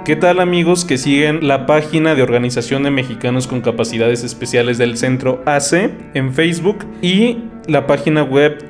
¿Qué tal, amigos que siguen la página de Organización de Mexicanos con Capacidades Especiales del Centro AC en Facebook y la página web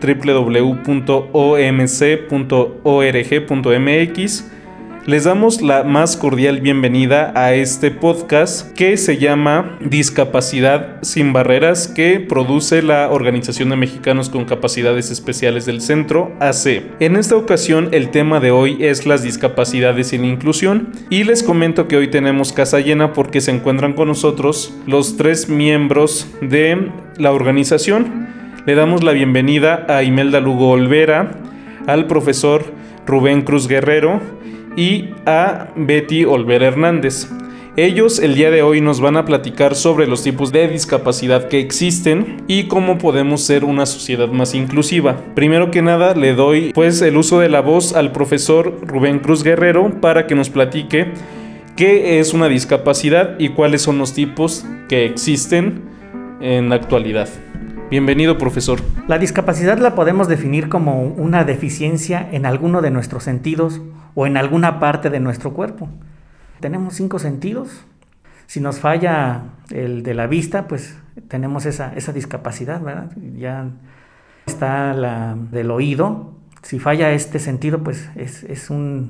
www.omc.org.mx? Les damos la más cordial bienvenida a este podcast que se llama Discapacidad sin Barreras, que produce la Organización de Mexicanos con Capacidades Especiales del Centro AC. En esta ocasión el tema de hoy es las discapacidades en inclusión y les comento que hoy tenemos casa llena porque se encuentran con nosotros los 3 miembros de la organización. Le damos la bienvenida a Imelda Lugo Olvera, al profesor Rubén Cruz Guerrero y a Betty Olvera Hernández. Ellos el día de hoy nos van a platicar sobre los tipos de discapacidad que existen y cómo podemos ser una sociedad más inclusiva. Primero que nada le doy el uso de la voz al profesor Rubén Cruz Guerrero para que nos platique qué es una discapacidad y cuáles son los tipos que existen en la actualidad. Bienvenido, profesor. La discapacidad la podemos definir como una deficiencia en alguno de nuestros sentidos o en alguna parte de nuestro cuerpo. Tenemos 5 sentidos. Si nos falla el de la vista, pues tenemos esa discapacidad, ¿verdad? Ya está la del oído. Si falla este sentido, pues es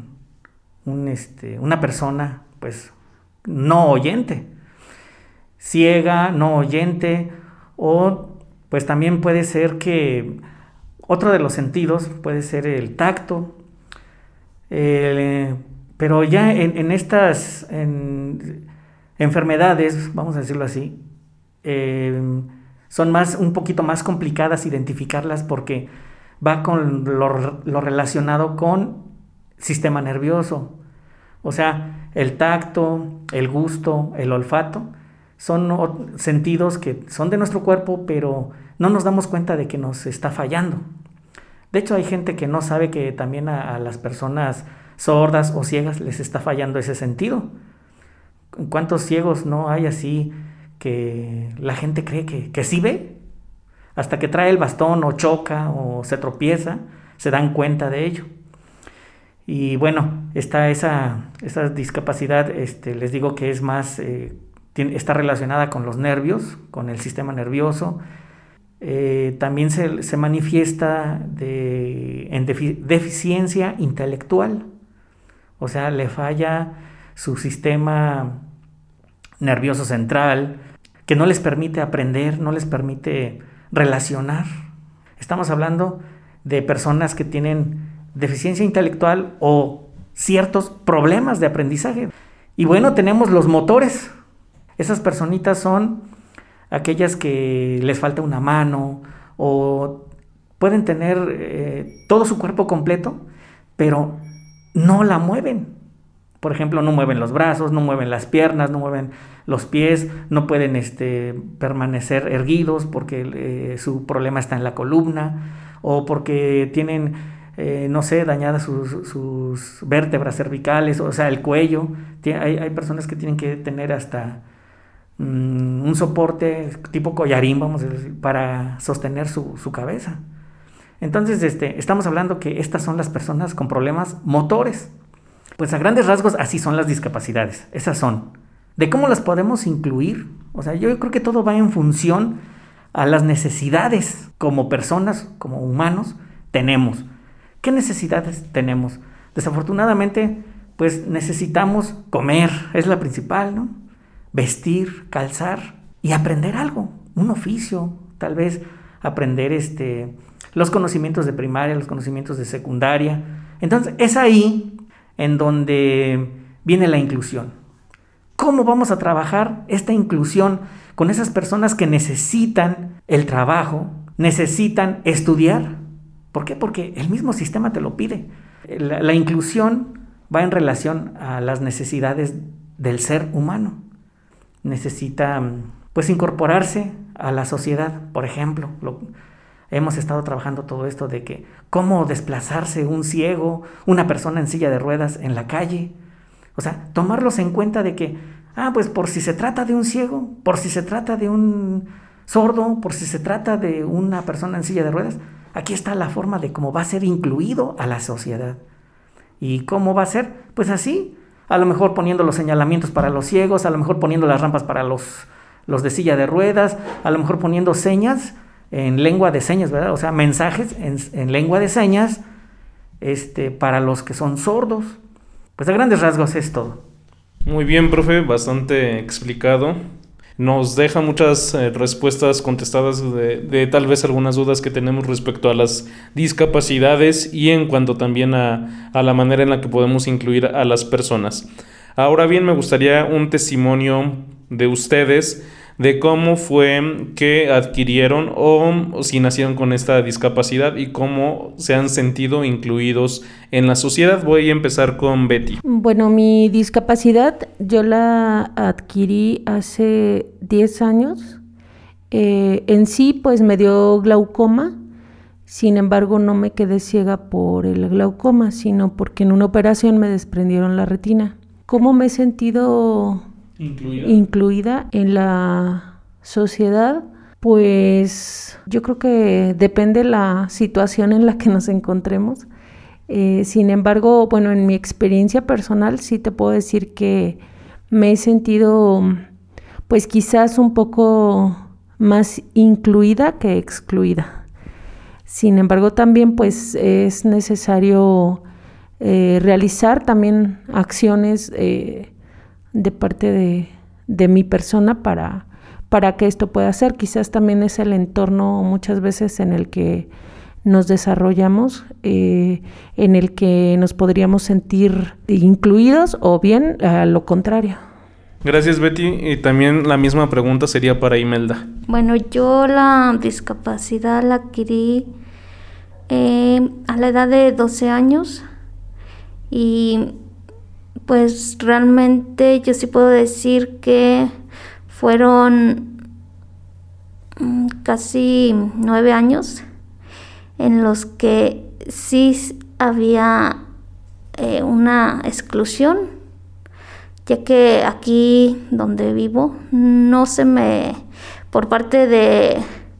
una persona pues no oyente, ciega, no oyente, o pues también puede ser que otro de los sentidos puede ser el tacto, pero ya en estas enfermedades, vamos a decirlo así, son un poquito más complicadas identificarlas porque va con lo relacionado con sistema nervioso. O sea, el tacto, el gusto, el olfato son sentidos que son de nuestro cuerpo, pero no nos damos cuenta de que nos está fallando. De hecho, hay gente que no sabe que también a las personas sordas o ciegas les está fallando ese sentido. ¿Cuántos ciegos no hay así que la gente cree que sí ve? Hasta que trae el bastón o choca o se tropieza, se dan cuenta de ello. Y bueno, está esa discapacidad, les digo que es más, está relacionada con los nervios, con el sistema nervioso. También se manifiesta en deficiencia intelectual, o sea, le falla su sistema nervioso central, que no les permite aprender, no les permite relacionar. Estamos hablando de personas que tienen deficiencia intelectual o ciertos problemas de aprendizaje. Y bueno, tenemos los motores. Esas personitas son aquellas que les falta una mano o pueden tener todo su cuerpo completo, pero no la mueven. Por ejemplo, no mueven los brazos, no mueven las piernas, no mueven los pies, no pueden permanecer erguidos porque su problema está en la columna o porque tienen, dañadas sus vértebras cervicales, o sea, el cuello. Hay personas que tienen que tener hasta un soporte tipo collarín, vamos a decir, para sostener su cabeza. Entonces, estamos hablando que estas son las personas con problemas motores. Pues a grandes rasgos así son las discapacidades, esas son. ¿De cómo las podemos incluir? O sea, yo creo que todo va en función a las necesidades como personas, como humanos, tenemos. ¿Qué necesidades tenemos? Desafortunadamente, pues necesitamos comer, es la principal, ¿no? Vestir, calzar y aprender algo, un oficio, tal vez aprender los conocimientos de primaria, los conocimientos de secundaria. Entonces es ahí en donde viene la inclusión. ¿Cómo vamos a trabajar esta inclusión con esas personas que necesitan el trabajo, necesitan estudiar? ¿Por qué? Porque el mismo sistema te lo pide. La inclusión va en relación a las necesidades del ser humano. Necesita pues incorporarse a la sociedad. Por ejemplo, hemos estado trabajando todo esto de que cómo desplazarse un ciego, una persona en silla de ruedas en la calle. O sea, tomarlos en cuenta de que, pues por si se trata de un ciego, por si se trata de un sordo, por si se trata de una persona en silla de ruedas, aquí está la forma de cómo va a ser incluido a la sociedad. ¿Y cómo va a ser? Pues así, a lo mejor poniendo los señalamientos para los ciegos, a lo mejor poniendo las rampas para los de silla de ruedas, a lo mejor poniendo señas en lengua de señas, ¿verdad? O sea, mensajes en lengua de señas para los que son sordos. Pues a grandes rasgos es todo. Muy bien, profe, bastante explicado. Nos deja muchas respuestas contestadas de tal vez algunas dudas que tenemos respecto a las discapacidades y en cuanto también a la manera en la que podemos incluir a las personas. Ahora bien, me gustaría un testimonio de ustedes de cómo fue que adquirieron o si nacieron con esta discapacidad y cómo se han sentido incluidos en la sociedad. Voy a empezar con Betty. Bueno, mi discapacidad yo la adquirí hace 10 años. En sí, pues me dio glaucoma. Sin embargo, no me quedé ciega por el glaucoma, sino porque en una operación me desprendieron la retina. ¿Cómo me he sentido incluida en la sociedad? Pues yo creo que depende la situación en la que nos encontremos. Sin embargo, bueno, en mi experiencia personal sí te puedo decir que me he sentido pues quizás un poco más incluida que excluida. Sin embargo, también pues es necesario realizar también acciones de parte de mi persona para que esto pueda ser. Quizás también es el entorno muchas veces en el que nos desarrollamos, en el que nos podríamos sentir incluidos o bien a lo contrario. Gracias, Betty. Y también la misma pregunta sería para Imelda. Bueno, yo la discapacidad la adquirí a la edad de 12 años y pues realmente yo sí puedo decir que fueron casi 9 años en los que sí había una exclusión, ya que aquí donde vivo no se me, por parte de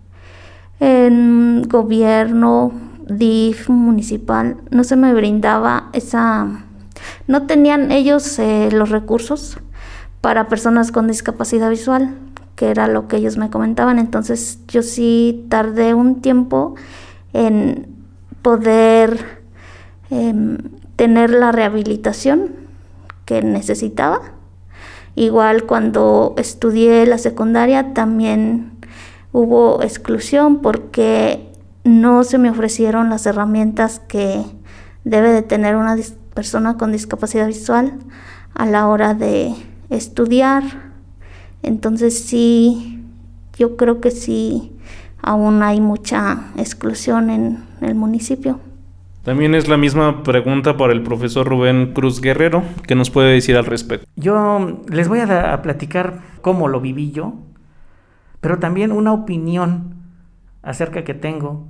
gobierno, DIF municipal, no se me brindaba no tenían ellos los recursos para personas con discapacidad visual, que era lo que ellos me comentaban. Entonces yo sí tardé un tiempo en poder tener la rehabilitación que necesitaba. Igual cuando estudié la secundaria también hubo exclusión porque no se me ofrecieron las herramientas que debe de tener una persona con discapacidad visual a la hora de estudiar. Entonces sí, yo creo que sí, aún hay mucha exclusión en el municipio. También es la misma pregunta para el profesor Rubén Cruz Guerrero. ¿Qué nos puede decir al respecto? Yo les voy a platicar cómo lo viví yo, pero también una opinión acerca que tengo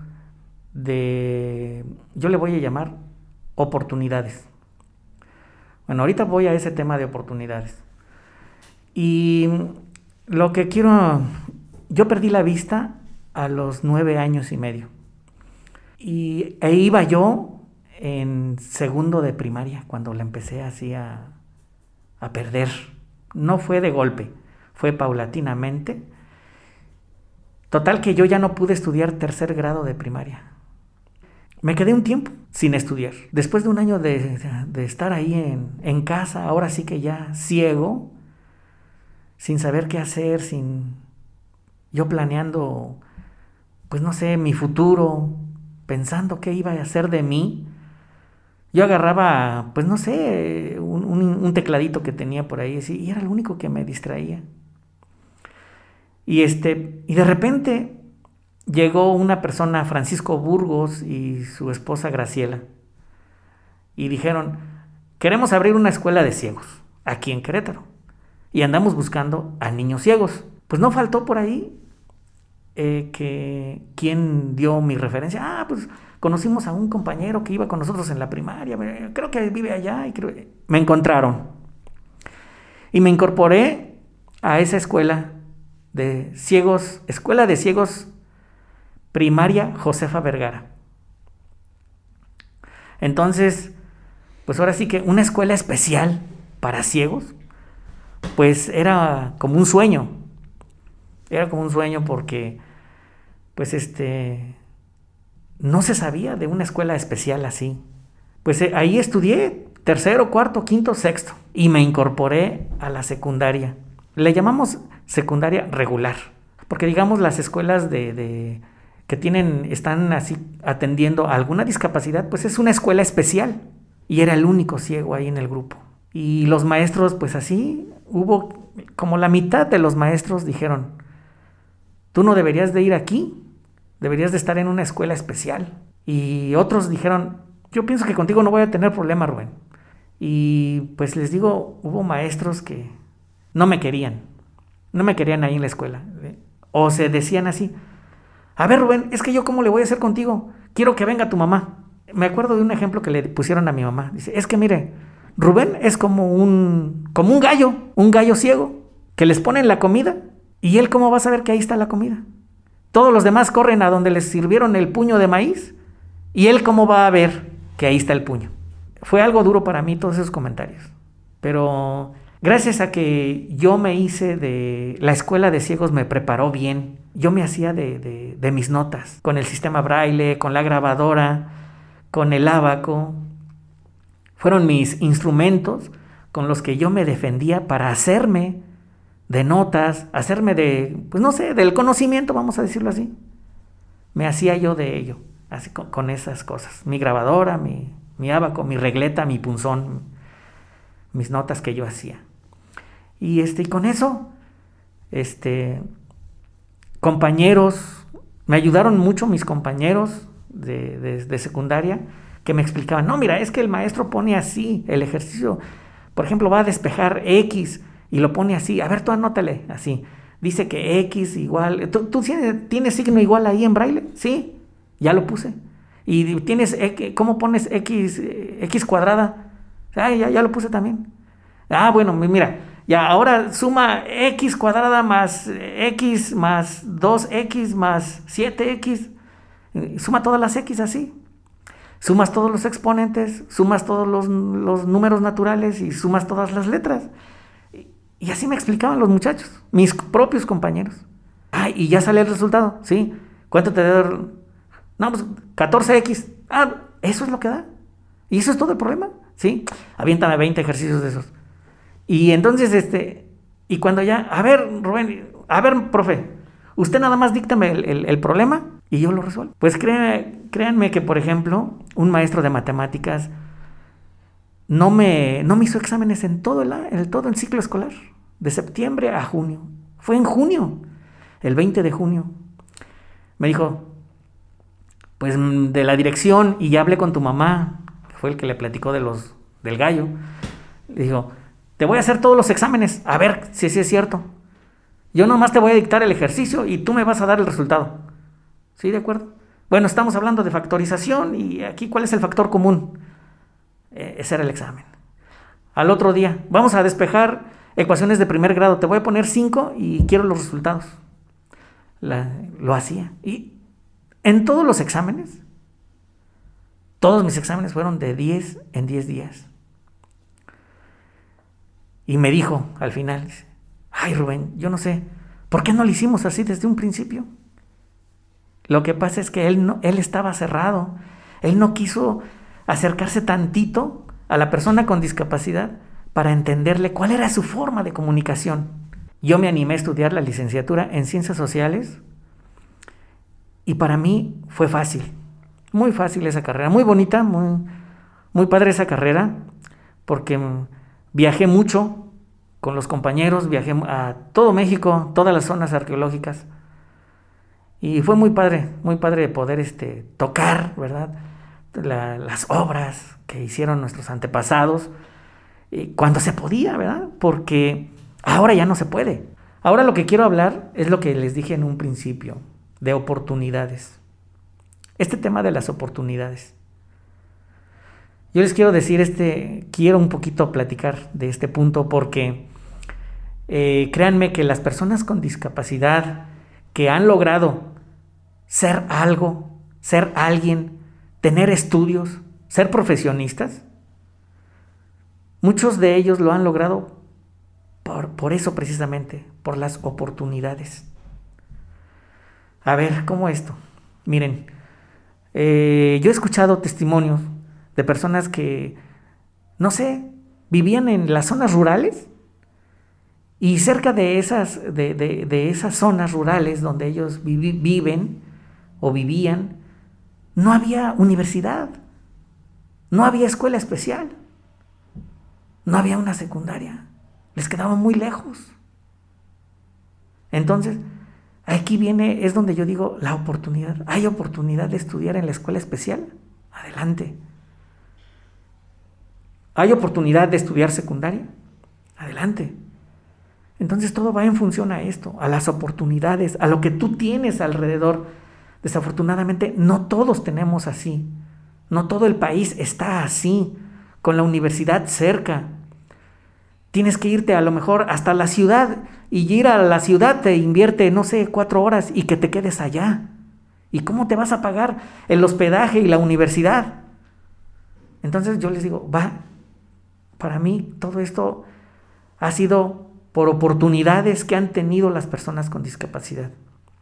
yo le voy a llamar oportunidades. Bueno, ahorita voy a ese tema de oportunidades. Y lo que yo perdí la vista a los 9 años y medio. E iba yo en segundo de primaria cuando la empecé así a perder. No fue de golpe, fue paulatinamente. Total que yo ya no pude estudiar tercer grado de primaria. Me quedé un tiempo sin estudiar. Después de un año de estar ahí en casa, ahora sí que ya ciego, sin saber qué hacer, yo planeando, pues no sé, mi futuro, pensando qué iba a hacer de mí. Yo agarraba, pues no sé, un tecladito que tenía por ahí y era lo único que me distraía. Y de repente llegó una persona, Francisco Burgos y su esposa Graciela, y dijeron: queremos abrir una escuela de ciegos aquí en Querétaro y andamos buscando a niños ciegos. Pues no faltó por ahí que quien dio mi referencia. Pues conocimos a un compañero que iba con nosotros en la primaria, creo que vive allá, y me encontraron y me incorporé a esa escuela de ciegos, Escuela de Ciegos Primaria Josefa Vergara. Entonces, pues ahora sí que una escuela especial para ciegos, pues era como un sueño. Era como un sueño porque, pues no se sabía de una escuela especial así. Pues ahí estudié tercero, cuarto, quinto, sexto y me incorporé a la secundaria. Le llamamos secundaria regular, porque digamos las escuelas que están así atendiendo a alguna discapacidad, pues es una escuela especial y era el único ciego ahí en el grupo. Y los maestros, pues así, hubo como la mitad de los maestros dijeron, tú no deberías de ir aquí, deberías de estar en una escuela especial. Y otros dijeron, yo pienso que contigo no voy a tener problema, Rubén. Y pues les digo, hubo maestros que no me querían ahí en la escuela. O se decían así, a ver, Rubén, es que yo cómo le voy a hacer contigo, quiero que venga tu mamá. Me acuerdo de un ejemplo que le pusieron a mi mamá. Dice, es que mire, Rubén es como un gallo ciego, que les ponen la comida, y él cómo va a saber que ahí está la comida. Todos los demás corren a donde les sirvieron el puño de maíz, y él cómo va a ver que ahí está el puño. Fue algo duro para mí todos esos comentarios, pero gracias a que yo me hice de la escuela de ciegos, me preparó bien. Yo me hacía de mis notas, con el sistema braille, con la grabadora, con el ábaco. Fueron mis instrumentos con los que yo me defendía para hacerme de notas, hacerme del conocimiento, vamos a decirlo así. Me hacía yo de ello, así con esas cosas. Mi grabadora, mi ábaco, mi regleta, mi punzón, mis notas que yo hacía. Y con eso, compañeros, me ayudaron mucho mis compañeros de secundaria, que me explicaban, no, mira, es que el maestro pone así el ejercicio, por ejemplo, va a despejar X y lo pone así, a ver, tú anótale así, dice que X igual, ¿tú tienes signo igual ahí en braille? Sí, ya lo puse. Y tienes, ¿cómo pones X cuadrada? Ya lo puse también. Bueno, mira, ya ahora suma X cuadrada más X más 2X más 7X, suma todas las X así. Sumas todos los exponentes, sumas todos los números naturales y sumas todas las letras. Y así me explicaban los muchachos, mis propios compañeros. Y ya sale el resultado, ¿sí? ¿Cuánto te da? No, pues 14X. Eso es lo que da. Y eso es todo el problema, ¿sí? Aviéntame 20 ejercicios de esos. Y entonces, y cuando ya, a ver, Rubén, a ver, profe, usted nada más díctame el problema y yo lo resuelvo. Pues créanme que, por ejemplo, un maestro de matemáticas no me hizo exámenes en todo el ciclo escolar, de septiembre a junio. Fue en junio, el 20 de junio. Me dijo, pues de la dirección, y ya hablé con tu mamá, que fue el que le platicó del gallo. Le dijo, te voy a hacer todos los exámenes, a ver si es cierto. Yo nomás te voy a dictar el ejercicio y tú me vas a dar el resultado. ¿Sí, de acuerdo? Bueno, estamos hablando de factorización y aquí, ¿cuál es el factor común? Ese era el examen. Al otro día, vamos a despejar ecuaciones de primer grado. Te voy a poner 5 y quiero los resultados. Lo hacía. Y en todos los exámenes, todos mis exámenes fueron de 10 en 10 días. Y me dijo al final, ay, Rubén, yo no sé, ¿por qué no lo hicimos así desde un principio? Lo que pasa es que él estaba cerrado. Él no quiso acercarse tantito a la persona con discapacidad para entenderle cuál era su forma de comunicación. Yo me animé a estudiar la licenciatura en Ciencias Sociales y para mí fue fácil, muy fácil esa carrera, muy bonita, muy padre esa carrera, porque viajé mucho con los compañeros, viajé a todo México, todas las zonas arqueológicas. Y fue muy padre poder tocar, ¿verdad? Las obras que hicieron nuestros antepasados, cuando se podía, ¿verdad? Porque ahora ya no se puede. Ahora lo que quiero hablar es lo que les dije en un principio, de oportunidades. Este tema de las oportunidades. Yo les quiero decir, quiero un poquito platicar de este punto porque créanme que las personas con discapacidad que han logrado ser algo, ser alguien, tener estudios, ser profesionistas, Muchos de ellos lo han logrado por eso precisamente, por las oportunidades. A ver, ¿cómo esto? Miren, yo he escuchado testimonios de personas que, no sé, vivían en las zonas rurales y cerca de esas zonas rurales donde ellos viven o vivían, no había universidad, no había escuela especial, no había una secundaria, les quedaba muy lejos. Entonces, aquí es donde yo digo la oportunidad. ¿Hay oportunidad de estudiar en la escuela especial? Adelante. ¿Hay oportunidad de estudiar secundaria? Adelante. Entonces todo va en función a esto, a las oportunidades, a lo que tú tienes alrededor. Desafortunadamente no todos tenemos así. No todo el país está así, con la universidad cerca. Tienes que irte a lo mejor hasta la ciudad, y ir a la ciudad te invierte, 4 horas y que te quedes allá. ¿Y cómo te vas a pagar el hospedaje y la universidad? Entonces yo les digo, para mí todo esto ha sido por oportunidades que han tenido las personas con discapacidad.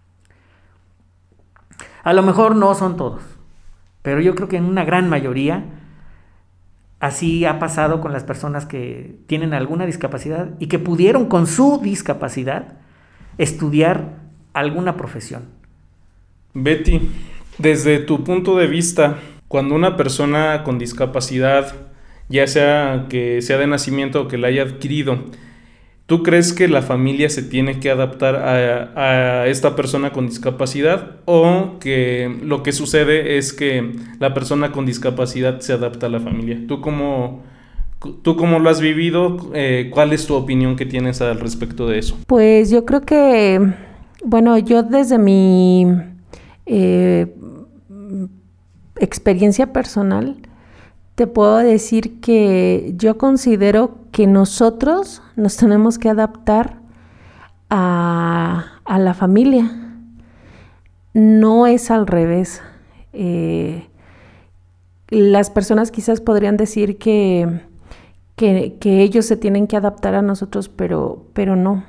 A lo mejor no son todos, pero yo creo que en una gran mayoría así ha pasado con las personas que tienen alguna discapacidad y que pudieron con su discapacidad estudiar alguna profesión. Betty, desde tu punto de vista, cuando una persona con discapacidad, ya sea que sea de nacimiento o que la haya adquirido, ¿tú crees que la familia se tiene que adaptar a esta persona con discapacidad, o que lo que sucede es que la persona con discapacidad se adapta a la familia? ¿Tú cómo lo has vivido? ¿Cuál es tu opinión que tienes al respecto de eso? Pues yo creo que, yo desde mi experiencia personal, te puedo decir que yo considero que nosotros nos tenemos que adaptar a la familia. No es al revés. Las personas quizás podrían decir que ellos se tienen que adaptar a nosotros, pero no.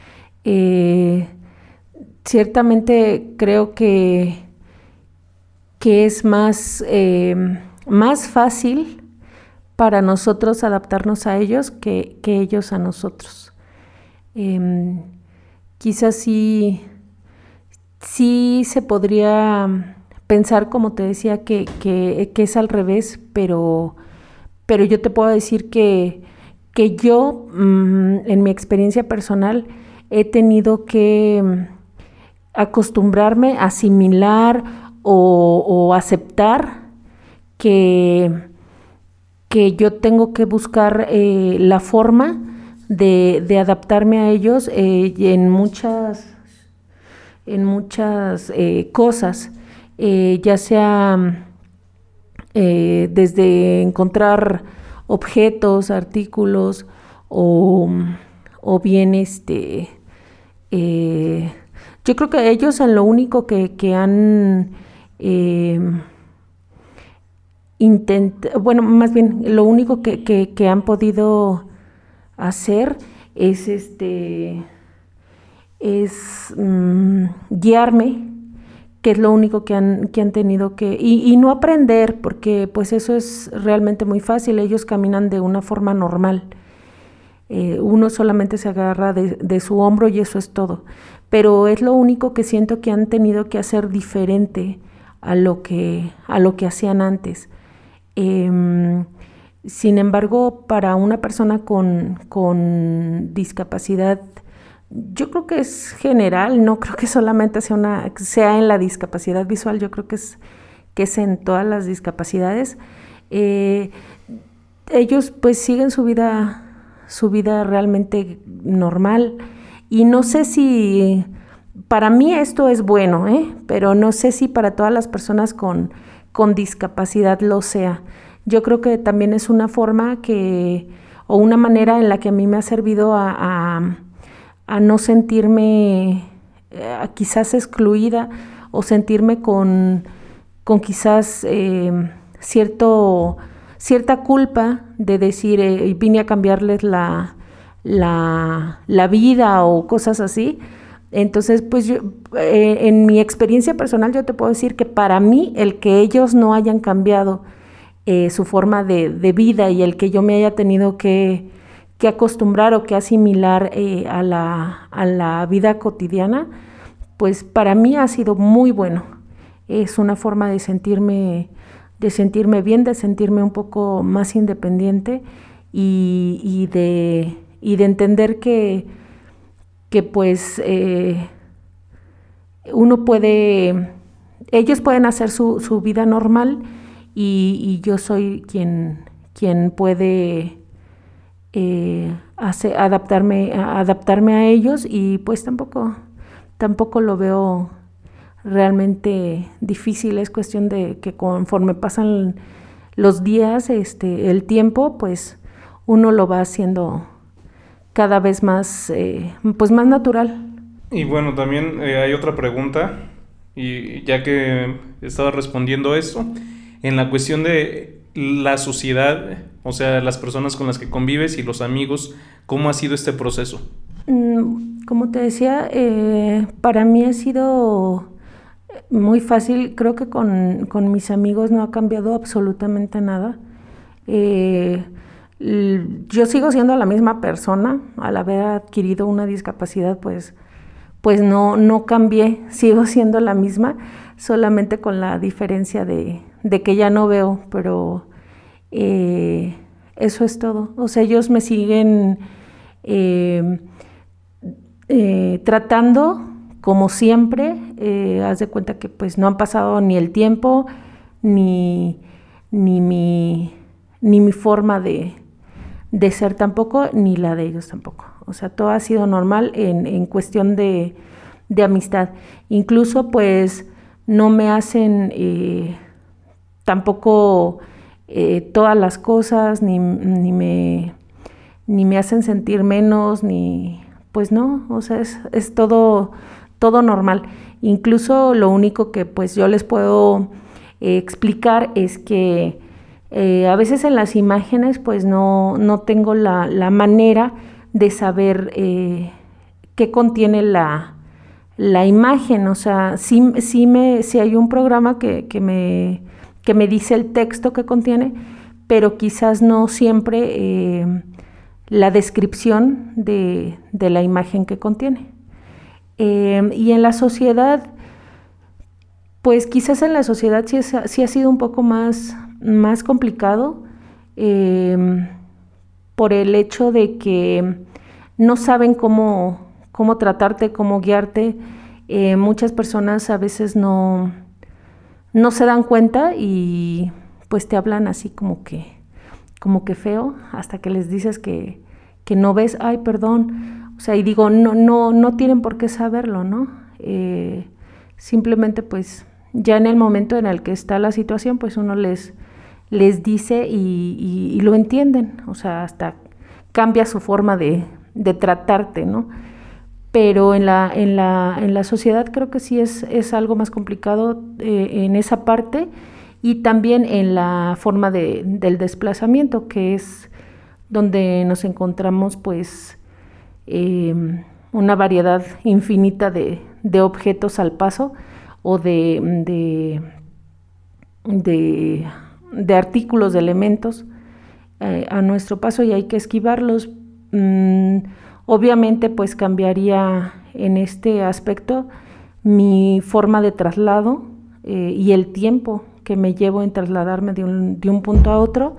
Ciertamente creo que es más fácil para nosotros adaptarnos a ellos que ellos a nosotros. Quizás sí se podría pensar, como te decía, que es al revés, pero yo te puedo decir que yo, en mi experiencia personal, he tenido que acostumbrarme, asimilar o aceptar que yo tengo que buscar la forma de adaptarme a ellos en muchas cosas, ya sea desde encontrar objetos, artículos, o bien yo creo que ellos en lo único que han más bien lo único que han podido hacer es guiarme, que es lo único que han tenido que, y no aprender, porque pues eso es realmente muy fácil. Ellos caminan de una forma normal, uno solamente se agarra de su hombro y eso es todo, pero es lo único que siento que han tenido que hacer diferente a lo que hacían antes. Sin embargo, para una persona con discapacidad, yo creo que es general, no creo que solamente sea en la discapacidad visual, yo creo que es en todas las discapacidades. Ellos pues siguen su vida realmente normal, y no sé si para mí esto es bueno, pero no sé si para todas las personas con discapacidad lo sea. Yo creo que también es una forma o una manera en la que a mí me ha servido a no sentirme quizás excluida, o sentirme con quizás cierto cierta culpa de decir, vine a cambiarles la vida o cosas así. Entonces, pues yo, en mi experiencia personal, yo te puedo decir que para mí, el que ellos no hayan cambiado su forma de vida y el que yo me haya tenido que acostumbrar o que asimilar a la vida cotidiana, pues para mí ha sido muy bueno. Es una forma de sentirme bien, de sentirme un poco más independiente y de entender que pues ellos pueden hacer su vida normal y yo soy quien puede adaptarme a ellos, y pues tampoco lo veo realmente difícil. Es cuestión de que conforme pasan los días, el tiempo, pues uno lo va haciendo cada vez más, pues más natural. Y bueno, también hay otra pregunta, y ya que estaba respondiendo esto, en la cuestión de la sociedad, o sea, las personas con las que convives y los amigos, ¿cómo ha sido este proceso? Como te decía, para mí ha sido muy fácil. Creo que con mis amigos no ha cambiado absolutamente nada. Yo sigo siendo la misma persona. Al haber adquirido una discapacidad, pues no cambié, sigo siendo la misma, solamente con la diferencia de que ya no veo, pero eso es todo. O sea, ellos me siguen tratando como siempre. Haz de cuenta que pues no han pasado ni el tiempo, ni mi forma de ser tampoco, ni la de ellos tampoco. O sea, todo ha sido normal en cuestión de amistad. Incluso pues no me hacen tampoco todas las cosas, ni me hacen sentir menos, pues no. O sea, es todo normal. Incluso lo único que pues yo les puedo explicar es que a veces en las imágenes pues no tengo la manera de saber qué contiene la imagen. O sea, sí hay un programa que me dice el texto que contiene, pero quizás no siempre la descripción de la imagen que contiene. Y en la sociedad, pues quizás en la sociedad sí ha sido un poco más complicado, por el hecho de que no saben cómo tratarte, cómo guiarte. Muchas personas a veces no se dan cuenta y pues te hablan así como que feo, hasta que les dices que no ves. Ay, perdón. O sea, y digo, no tienen por qué saberlo, ¿no? Simplemente pues ya en el momento en el que está la situación, pues uno les dice y lo entienden. O sea, hasta cambia su forma de tratarte, ¿no? Pero en la sociedad creo que sí es algo más complicado en esa parte, y también en la forma del desplazamiento, que es donde nos encontramos pues una variedad infinita de objetos al paso, o de artículos, de elementos a nuestro paso, y hay que esquivarlos. Obviamente pues cambiaría en este aspecto mi forma de traslado y el tiempo que me llevo en trasladarme de un punto a otro,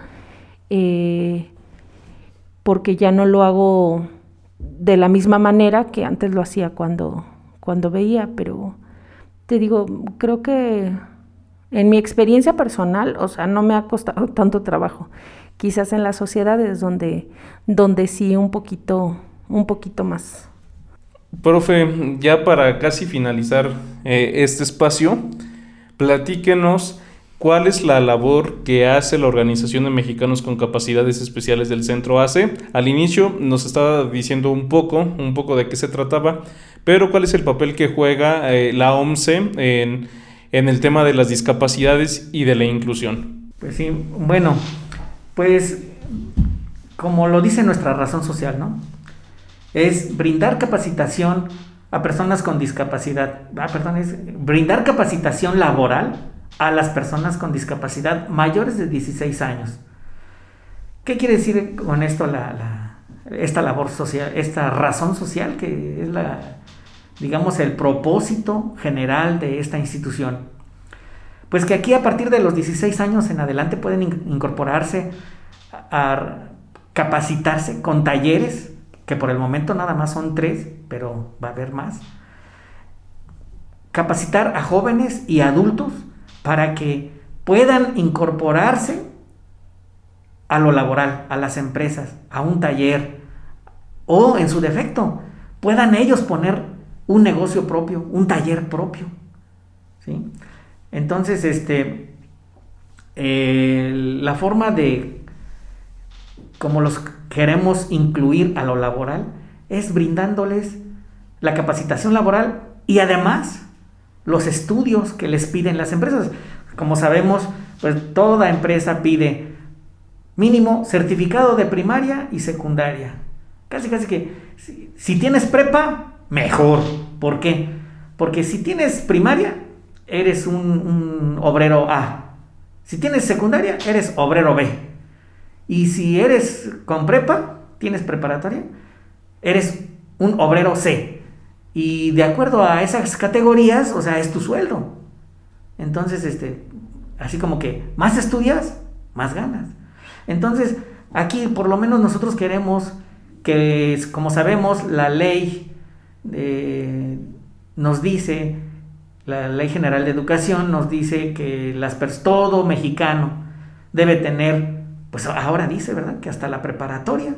porque ya no lo hago de la misma manera que antes lo hacía cuando veía. Pero te digo, creo que en mi experiencia personal, o sea, no me ha costado tanto trabajo. Quizás en las sociedades donde sí un poquito más. Profe, ya para casi finalizar este espacio, platíquenos cuál es la labor que hace la Organización de Mexicanos con Capacidades Especiales del Centro AC. Al inicio nos estaba diciendo un poco de qué se trataba, pero cuál es el papel que juega la OMCE en el tema de las discapacidades y de la inclusión. Pues sí, bueno, Pues, como lo dice nuestra razón social, ¿no? Es brindar capacitación a personas con discapacidad. Es brindar capacitación laboral a las personas con discapacidad mayores de 16 años. ¿Qué quiere decir con esto esta labor social, esta razón social que es digamos, el propósito general de esta institución? Pues que aquí a partir de los 16 años en adelante pueden incorporarse a capacitarse con talleres, que por el momento nada más son 3, pero va a haber más. Capacitar a jóvenes y adultos para que puedan incorporarse a lo laboral, a las empresas, a un taller, o en su defecto, puedan ellos poner un negocio propio, un taller propio, ¿sí? Entonces, la forma de como los queremos incluir a lo laboral es brindándoles la capacitación laboral y además los estudios que les piden las empresas. Como sabemos, pues toda empresa pide mínimo certificado de primaria y secundaria. Casi que si tienes prepa, mejor. ¿Por qué? Porque si tienes primaria, eres un obrero A. Si tienes secundaria, eres obrero B. Y si eres con prepa, tienes preparatoria, eres un obrero C. Y de acuerdo a esas categorías, o sea, es tu sueldo. Entonces, así como que más estudias, más ganas. Entonces, aquí por lo menos nosotros queremos que, como sabemos, la ley nos dice, la Ley General de Educación nos dice que todo mexicano debe tener, pues ahora dice, ¿verdad?, que hasta la preparatoria,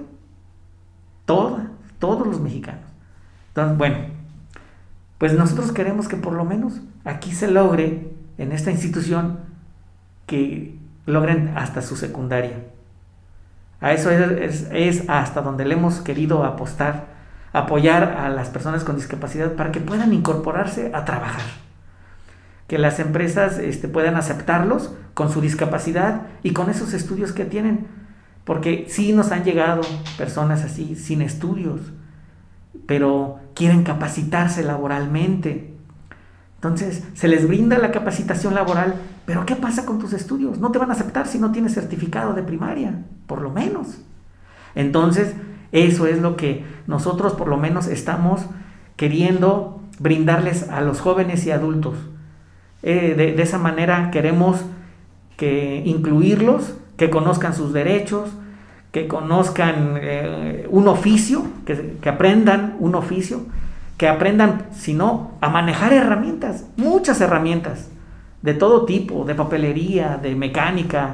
todos los mexicanos. Entonces, bueno, pues nosotros queremos que por lo menos aquí se logre, en esta institución, que logren hasta su secundaria. A eso es hasta donde le hemos querido apoyar a las personas con discapacidad para que puedan incorporarse a trabajar. Que las empresas puedan aceptarlos con su discapacidad y con esos estudios que tienen. Porque sí nos han llegado personas así, sin estudios, pero quieren capacitarse laboralmente. Entonces, se les brinda la capacitación laboral, pero ¿qué pasa con tus estudios? No te van a aceptar si no tienes certificado de primaria, por lo menos. Entonces, eso es lo que nosotros por lo menos estamos queriendo brindarles a los jóvenes y adultos. De esa manera queremos que incluirlos, que conozcan sus derechos, que conozcan un oficio, que aprendan un oficio, que aprendan, si no, a manejar herramientas, muchas herramientas, de todo tipo, de papelería, de mecánica,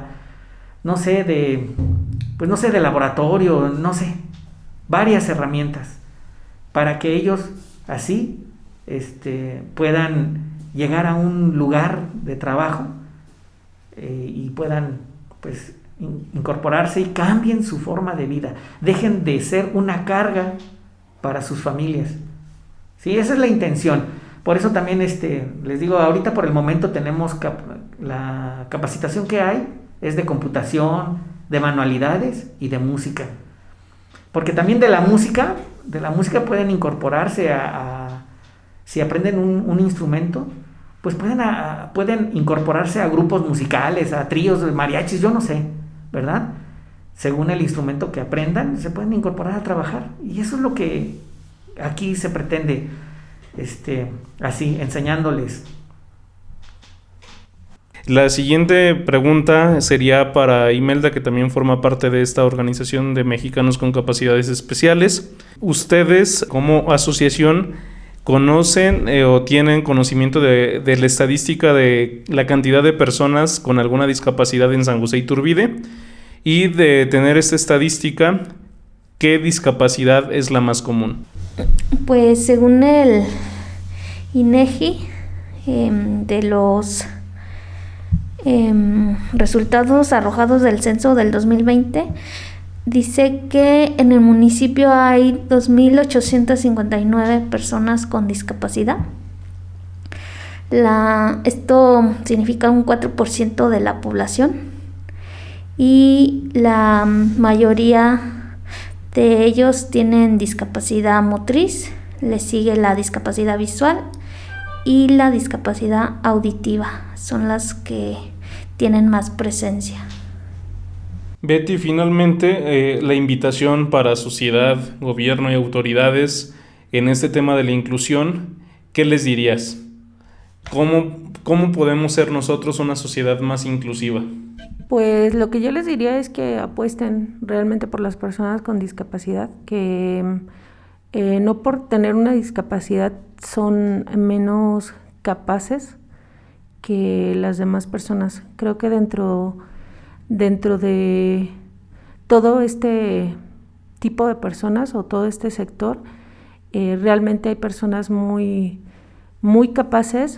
de laboratorio, varias herramientas, para que ellos así puedan llegar a un lugar de trabajo y puedan, pues, incorporarse y cambien su forma de vida, dejen de ser una carga para sus familias. Sí, esa es la intención. Por eso también les digo, ahorita por el momento tenemos la capacitación que hay es de computación, de manualidades y de música. Porque también de la música pueden incorporarse si aprenden un instrumento, pues pueden incorporarse a grupos musicales, a tríos de mariachis, yo no sé, ¿verdad? Según el instrumento que aprendan, se pueden incorporar a trabajar. Y eso es lo que aquí se pretende, así, enseñándoles. La siguiente pregunta sería para Imelda, que también forma parte de esta organización de mexicanos con capacidades especiales. ¿Ustedes, como asociación, conocen o tienen conocimiento de la estadística de la cantidad de personas con alguna discapacidad en San José Iturbide? Y de tener esta estadística, ¿qué discapacidad es la más común? Pues según el INEGI, de los resultados arrojados del censo del 2020, dice que en el municipio hay 2.859 personas con discapacidad. Esto significa un 4% de la población. y la mayoría de ellos tienen discapacidad motriz, le sigue la discapacidad visual y la discapacidad auditiva, son las que tienen más presencia. Betty, finalmente, la invitación para sociedad, gobierno y autoridades en este tema de la inclusión, ¿qué les dirías? ¿Cómo podemos ser nosotros una sociedad más inclusiva? Pues lo que yo les diría es que apuesten realmente por las personas con discapacidad, que no por tener una discapacidad son menos capaces que las demás personas. Creo que dentro de todo este tipo de personas o todo este sector, realmente hay personas muy, muy capaces,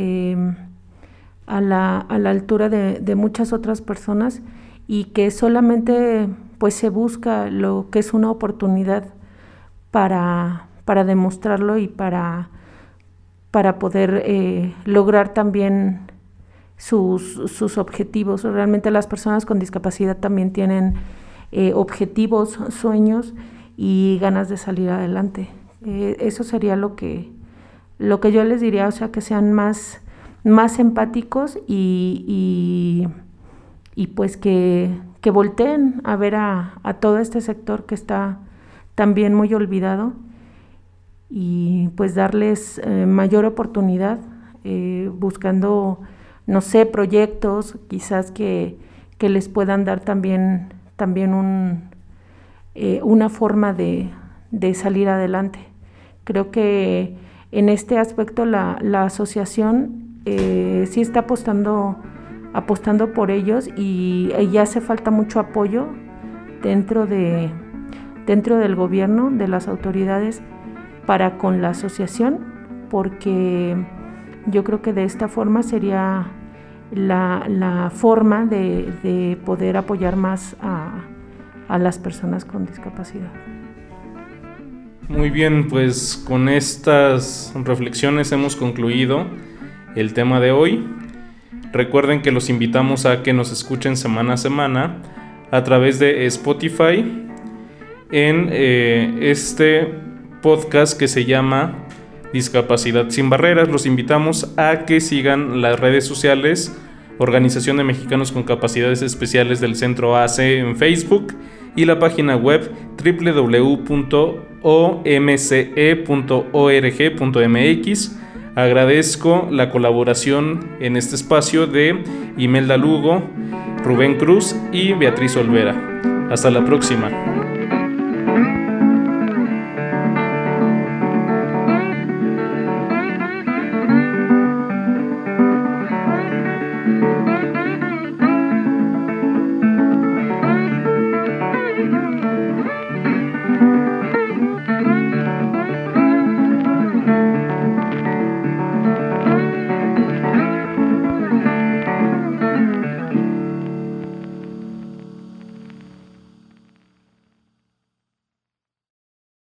a la altura de muchas otras personas, y que solamente pues se busca lo que es una oportunidad para demostrarlo y para poder lograr también sus objetivos. Realmente las personas con discapacidad también tienen objetivos, sueños y ganas de salir adelante. Eso sería lo que yo les diría, o sea, que sean más empáticos y pues que volteen a ver a todo este sector que está también muy olvidado, y pues darles mayor oportunidad, buscando, no sé, proyectos quizás que les puedan dar también una forma de salir adelante. Creo que en este aspecto la asociación sí está apostando por ellos, y ya hace falta mucho apoyo dentro del gobierno, de las autoridades, para con la asociación, porque yo creo que de esta forma sería la forma de poder apoyar más a las personas con discapacidad. Muy bien, pues con estas reflexiones hemos concluido el tema de hoy. Recuerden que los invitamos a que nos escuchen semana a semana a través de Spotify en este podcast que se llama Discapacidad sin Barreras. Los invitamos a que sigan las redes sociales Organización de Mexicanos con Capacidades Especiales del Centro AC en Facebook, y la página web www.omce.org.mx. Agradezco la colaboración en este espacio de Imelda Lugo, Rubén Cruz y Beatriz Olvera. Hasta la próxima.